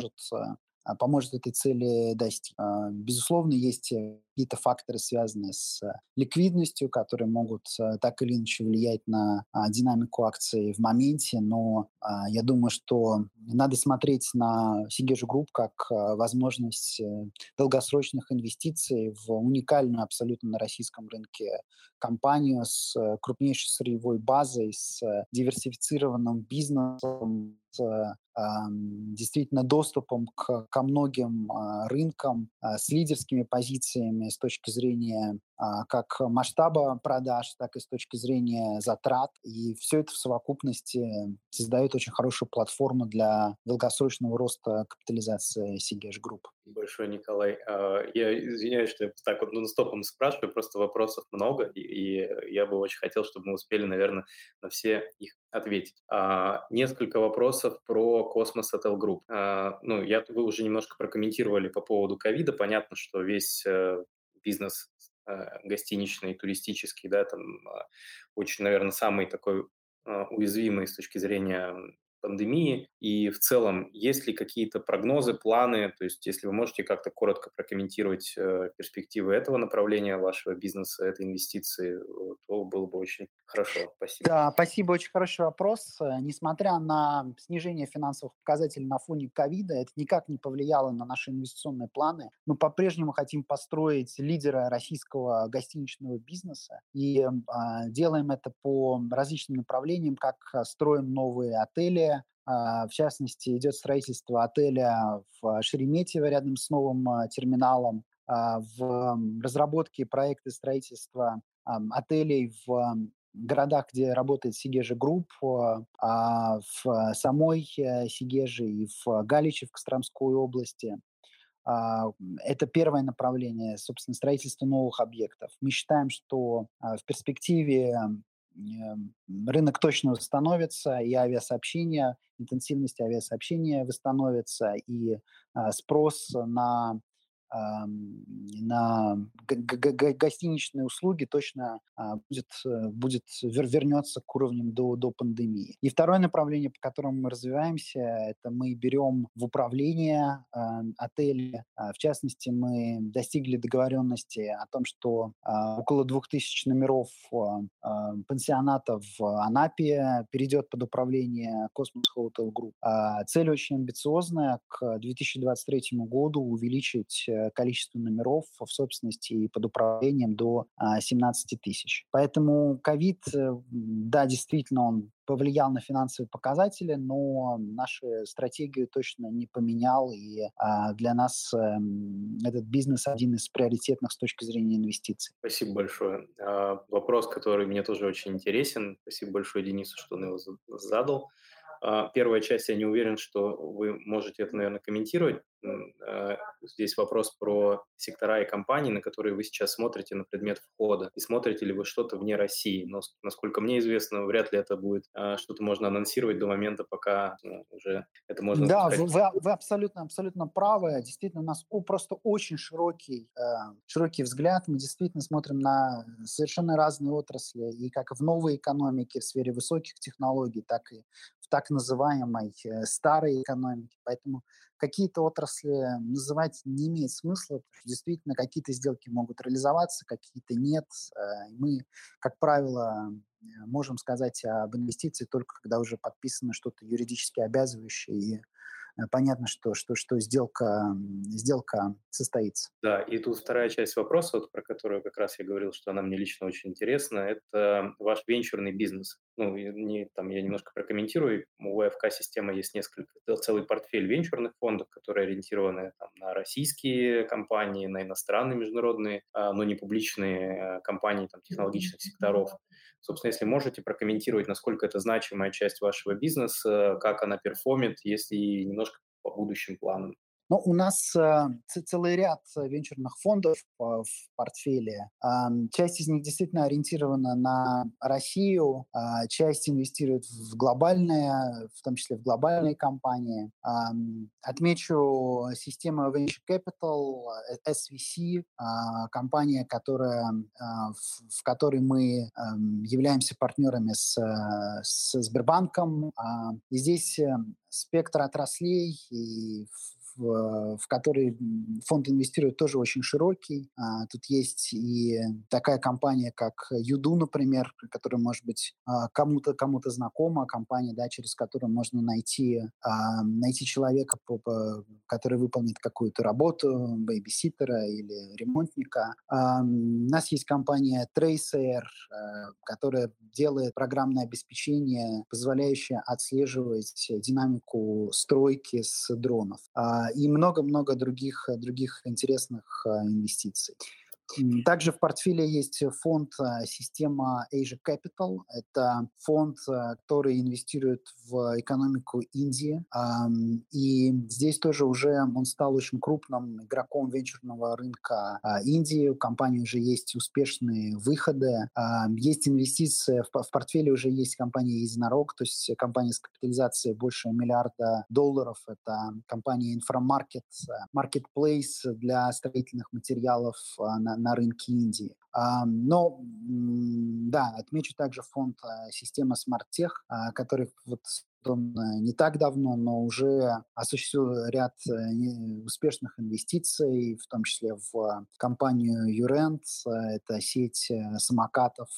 поможет этой цели достичь. Безусловно, есть какие-то факторы, связанные с ликвидностью, которые могут так или иначе влиять на динамику акций в моменте, но я думаю, что надо смотреть на Сигежи Групп как возможность долгосрочных инвестиций в уникальную абсолютно на российском рынке компанию с крупнейшей сырьевой базой, с диверсифицированным бизнесом, с действительно доступом ко многим рынкам, с лидерскими позициями с точки зрения как масштаба продаж, так и с точки зрения затрат. И все это в совокупности создает очень хорошую платформу для долгосрочного роста капитализации Сигеж Групп. Большой, Николай. Я извиняюсь, что я так вот нон-стопом спрашиваю, просто вопросов много, и я бы очень хотел, чтобы мы успели, наверное, на все их ответить. Несколько вопросов про Космос Hotel Group. Вы уже немножко прокомментировали по поводу ковида. Понятно, что весь бизнес гостиничный, туристический, да, там очень, наверное, самый такой уязвимый с точки зрения пандемии, и в целом есть ли какие-то прогнозы, планы, то есть если вы можете как-то коротко прокомментировать перспективы этого направления вашего бизнеса, этой инвестиции, то было бы очень хорошо. Спасибо. Да, спасибо, очень хороший вопрос. Несмотря на снижение финансовых показателей на фоне ковида, это никак не повлияло на наши инвестиционные планы. Мы по-прежнему хотим построить лидера российского гостиничного бизнеса и делаем это по различным направлениям, как строим новые отели. В частности, идет строительство отеля в Шереметьево рядом с новым терминалом. В разработке проекта строительства отелей в городах, где работает Сигежи Групп, в самой Сигежи и в Галиче в Костромской области. Это первое направление, собственно, строительство новых объектов. Мы считаем, что в перспективе рынок точно восстановится, и авиасообщение, интенсивность авиасообщения восстановится, и спрос на гостиничные услуги точно вернется к уровням до пандемии. И второе направление, по которому мы развиваемся, это мы берем в управление отели. В частности, мы достигли договоренности о том, что около 2000 номеров пансионата в Анапе перейдет под управление Cosmos Hotel Group. Цель очень амбициозная: к 2023 году увеличить количество номеров в собственности и под управлением до 17 тысяч. Поэтому ковид, да, действительно, он повлиял на финансовые показатели, но нашу стратегию точно не поменял, и для нас этот бизнес один из приоритетных с точки зрения инвестиций. Спасибо большое. Вопрос, который мне тоже очень интересен. Спасибо большое Денису, что он его задал. Первая часть, я не уверен, что вы можете это, наверное, комментировать. Здесь вопрос про сектора и компании, на которые вы сейчас смотрите на предмет входа. И смотрите ли вы что-то вне России? Но, насколько мне известно, вряд ли это будет что-то можно анонсировать до момента, пока уже это можно запускать. Да, вы абсолютно правы. Действительно, у нас просто очень широкий взгляд. Мы действительно смотрим на совершенно разные отрасли, и как в новой экономике в сфере высоких технологий, так и в так называемой старой экономике. Поэтому какие-то отрасли называть не имеет смысла, потому что действительно какие-то сделки могут реализоваться, какие-то нет. Мы, как правило, можем сказать об инвестиции только когда уже подписано что-то юридически обязывающее и понятно, что сделка состоится. Да, и тут вторая часть вопроса, вот про которую как раз я говорил, что она мне лично очень интересна, это ваш венчурный бизнес. Ну, я немножко прокомментирую. У АФК-системы есть целый портфель венчурных фондов, которые ориентированы там, на российские компании, на иностранные международные, но не публичные компании там, технологичных секторов. Собственно, если можете прокомментировать, насколько это значимая часть вашего бизнеса, как она перформит, если немножко по будущим планам. Но у нас целый ряд венчурных фондов в портфеле. Часть из них действительно ориентирована на Россию, часть инвестирует в глобальные, в том числе в глобальные компании. Отмечу систему Venture Capital, SVC, компания, в которой мы являемся партнерами с Сбербанком. И здесь спектр отраслей в который фонд инвестирует, тоже очень широкий. Тут есть и такая компания, как Юду, например, которая, может быть, кому-то знакома, компания, да, через которую можно найти человека, который выполнит какую-то работу, бэйбиситера или ремонтника. У нас есть компания Tracer, которая делает программное обеспечение, позволяющее отслеживать динамику стройки с дронов. И много-много других интересных инвестиций. Также в портфеле есть фонд система Asia Capital. Это фонд, который инвестирует в экономику Индии. И здесь тоже уже он стал очень крупным игроком венчурного рынка Индии. У компании уже есть успешные выходы. Есть инвестиции, в портфеле уже есть компания Единорог, то есть компания с капитализацией больше $1 миллиарда. Это компания Inframarket, marketplace для строительных материалов на рынке Индии. Но, да, отмечу также фонд система SmartTech, который вот он не так давно, но уже осуществил ряд успешных инвестиций, в том числе в компанию Юрент, это сеть самокатов,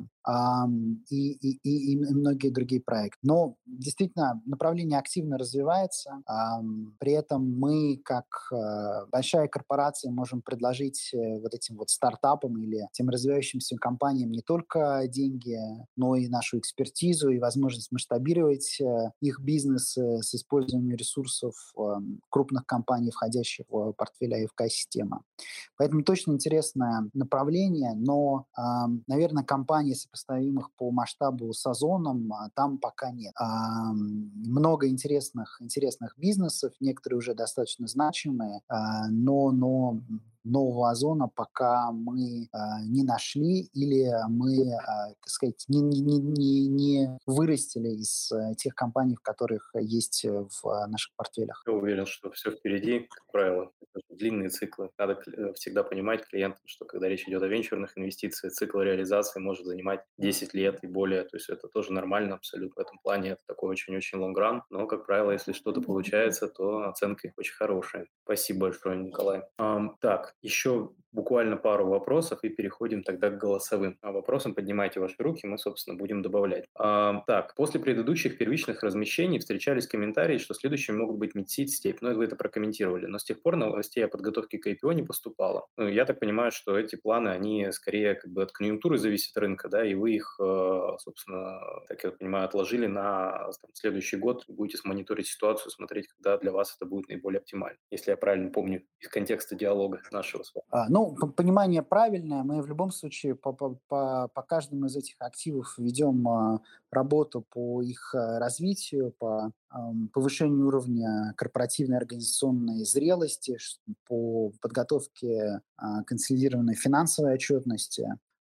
и многие другие проекты. Но действительно направление активно развивается. При этом мы, как большая корпорация, можем предложить вот этим вот стартапам или тем развивающимся компаниям не только деньги, но и нашу экспертизу и возможность масштабировать их бизнес с использованием ресурсов крупных компаний, входящих в портфель АФК-системы. Поэтому точно интересное направление, но, наверное, компаний, сопоставимых по масштабу с Озоном, там пока нет. Много интересных бизнесов, некоторые уже достаточно значимые, но нового Озона пока мы не нашли или мы, так сказать, не вырастили из тех компаний, в которых есть в наших портфелях. Я уверен, что все впереди, как правило. Это длинные циклы. Надо всегда понимать клиентам, что когда речь идет о венчурных инвестициях, цикл реализации может занимать 10 лет и более. То есть это тоже нормально абсолютно. В этом плане это такой очень-очень лонгран. Но, как правило, если что-то получается, то оценка очень хорошая. Спасибо большое, Николай. Так, еще буквально пару вопросов и переходим тогда к голосовым вопросам. Поднимайте ваши руки, мы, собственно, будем добавлять. Так, после предыдущих первичных размещений встречались комментарии, что следующими могут быть Мидсид, Степь. Ну, вы это прокомментировали. Но с тех пор новостей о подготовке к IPO не поступало. Ну, я так понимаю, что эти планы, они скорее как бы от конъюнктуры зависят рынка, да, и вы их, собственно, так я понимаю, отложили на следующий год. Будете мониторить ситуацию, смотреть, когда для вас это будет наиболее оптимально, если я правильно помню из контекста диалога нашего с вами. Ну, понимание правильное. Мы в любом случае по каждому из этих активов ведем работу по их развитию, по повышению уровня корпоративной организационной зрелости, по подготовке консолидированной финансовой отчетности.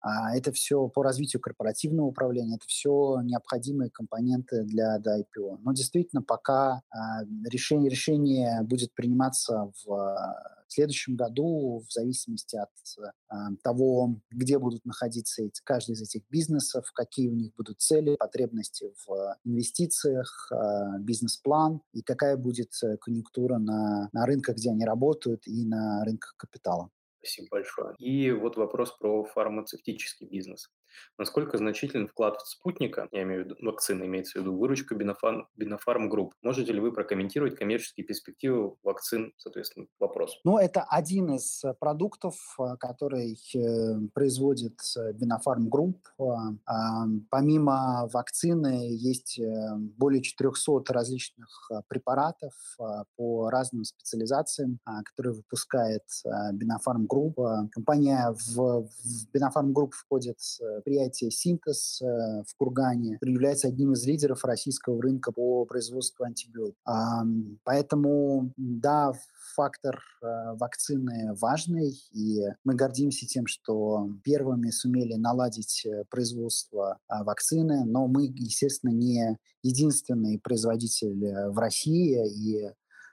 Это все по развитию корпоративного управления, это все необходимые компоненты для IPO. Но действительно, пока решение будет приниматься в следующем году в зависимости от того, где будут находиться каждый из этих бизнесов, какие у них будут цели, потребности в инвестициях, бизнес-план и какая будет конъюнктура на рынках, где они работают, и на рынках капитала. Спасибо большое. И вот вопрос про фармацевтический бизнес. Насколько значителен вклад в спутника, я имею в виду вакцины, имеется в виду выручка Бинофарм Групп? Можете ли вы прокомментировать коммерческие перспективы вакцин, соответственно, вопрос? Ну, это один из продуктов, который производит Бинофарм Групп. Помимо вакцины есть более 400 различных препаратов по разным специализациям, которые выпускает Бинофарм Групп. Компания в Бинофарм Групп входит предприятие «Синтез» в Кургане, который является одним из лидеров российского рынка по производству антибиотиков. Поэтому, да, фактор вакцины важный, и мы гордимся тем, что первыми сумели наладить производство вакцины, но мы, естественно, не единственный производитель в России, и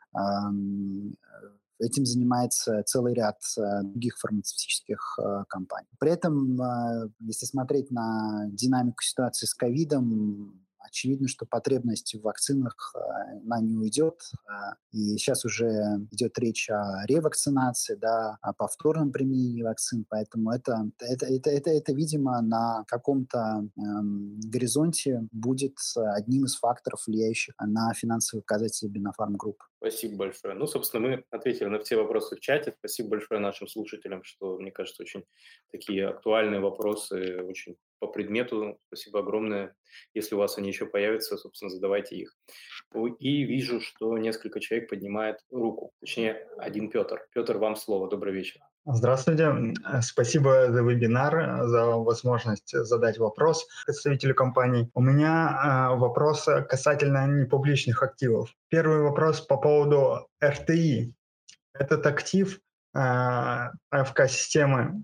этим занимается целый ряд других фармацевтических компаний. При этом, если смотреть на динамику ситуации с ковидом, очевидно, что потребность в вакцинах она не уйдет. И сейчас уже идет речь о ревакцинации, да, о повторном применении вакцин. Поэтому это видимо, на каком-то горизонте будет одним из факторов, влияющих на финансовые показатели Бинофарм Групп. Спасибо большое. Ну, собственно, мы ответили на все вопросы в чате. Спасибо большое нашим слушателям, что, мне кажется, очень такие актуальные вопросы, очень по предмету. Спасибо огромное. Если у вас они еще появятся, собственно, задавайте их. И вижу, что несколько человек поднимает руку. Точнее, один Петр. Петр, вам слово. Добрый вечер. Здравствуйте. Спасибо за вебинар, за возможность задать вопрос представителю компании. У меня вопрос касательно непубличных активов. Первый вопрос по поводу РТИ. Этот актив АФК-системы,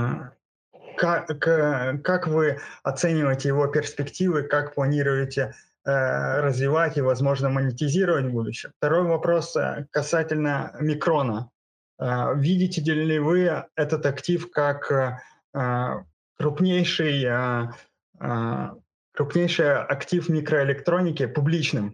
как вы оцениваете его перспективы, как планируете развивать и, возможно, монетизировать в будущем? Второй вопрос касательно Микрона. Видите ли вы этот актив как крупнейший актив микроэлектроники публичным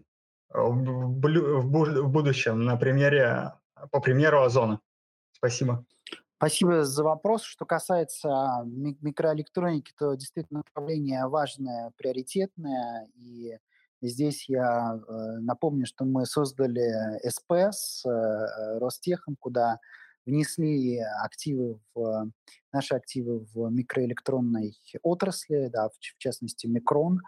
в будущем, по примеру Озона? Спасибо. Спасибо за вопрос. Что касается микроэлектроники, то действительно направление важное, приоритетное. И здесь я напомню, что мы создали СП с Ростехом, куда внесли наши активы в микроэлектронной отрасли, да, в частности Микрон.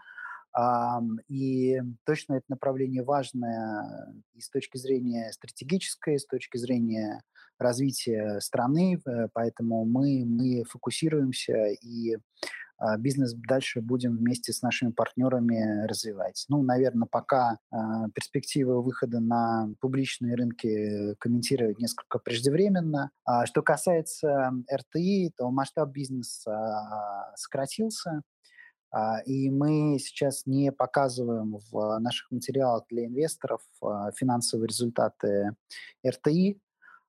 И точно это направление важное и с точки зрения стратегической, с точки зрения развития страны, поэтому мы фокусируемся и бизнес дальше будем вместе с нашими партнерами развивать. Ну, наверное, пока перспективы выхода на публичные рынки комментировать несколько преждевременно. Что касается РТИ, то масштаб бизнеса сократился. И мы сейчас не показываем в наших материалах для инвесторов финансовые результаты РТИ.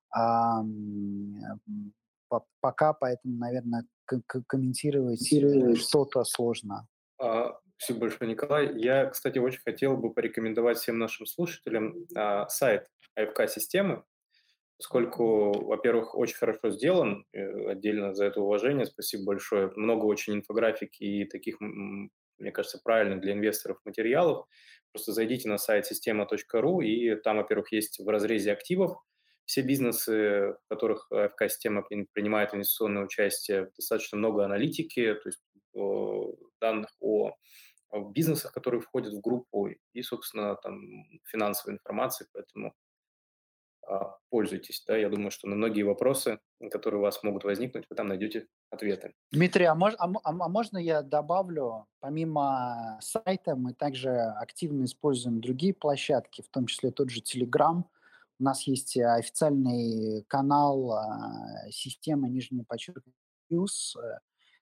Пока, поэтому, наверное, комментировать что-то сложно. Спасибо большое, Николай. Я, кстати, очень хотел бы порекомендовать всем нашим слушателям сайт АФК-системы, поскольку, во-первых, очень хорошо сделан, отдельно за это уважение, спасибо большое. Много очень инфографик и таких, мне кажется, правильных для инвесторов материалов. Просто зайдите на сайт система.ру, и там, во-первых, есть в разрезе активов все бизнесы, в которых АФК-система принимает инвестиционное участие, достаточно много аналитики, то есть данных о бизнесах, которые входят в группу, и, собственно, там финансовой информации, поэтому пользуйтесь. Да? Я думаю, что на многие вопросы, которые у вас могут возникнуть, вы там найдете ответы. Дмитрий, можно я добавлю, помимо сайта мы также активно используем другие площадки, в том числе тот же Telegram. У нас есть официальный канал системы _news,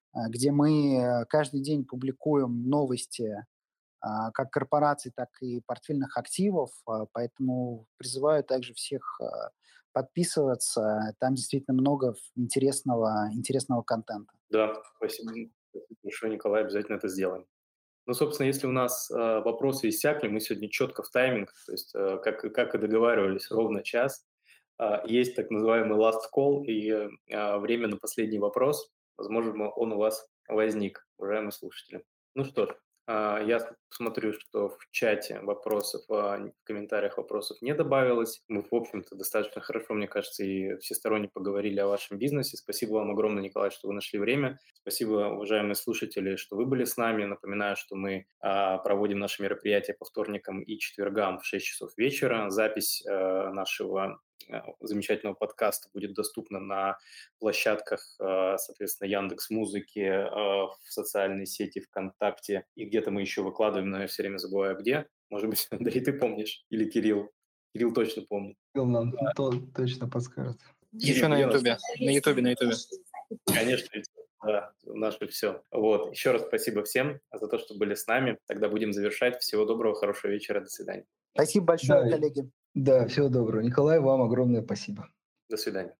где мы каждый день публикуем новости как корпораций, так и портфельных активов, поэтому призываю также всех подписываться. Там действительно много интересного контента. Да, спасибо. Спасибо большое, Николай, обязательно это сделаем. Ну, собственно, если у нас вопросы иссякли, мы сегодня четко в тайминг, то есть как и договаривались, ровно час. Есть так называемый last call и время на последний вопрос. Возможно, он у вас возник, уважаемые слушатели. Ну что ж, я смотрю, что в чате вопросов, в комментариях вопросов не добавилось. Мы, в общем-то, достаточно хорошо, мне кажется, и всесторонне поговорили о вашем бизнесе. Спасибо вам огромное, Николай, что вы нашли время. Спасибо, уважаемые слушатели, что вы были с нами. Напоминаю, что мы проводим наши мероприятия по вторникам и четвергам в 6 часов вечера. Запись нашего замечательного подкаста будет доступна на площадках, соответственно, Яндекс.Музыки, в социальной сети ВКонтакте, и где-то мы еще выкладываем, но я все время забываю где. Может быть, Андрей, ты помнишь? Или Кирилл? Кирилл точно помнит. Кирилл нам точно подскажет. Еще на Ютубе. На Ютубе. Конечно, да, наше все. Вот. Еще раз спасибо всем за то, что были с нами. Тогда будем завершать. Всего доброго, хорошего вечера. До свидания. Спасибо большое, Да, коллеги. Да, всего доброго. Николай, вам огромное спасибо. До свидания.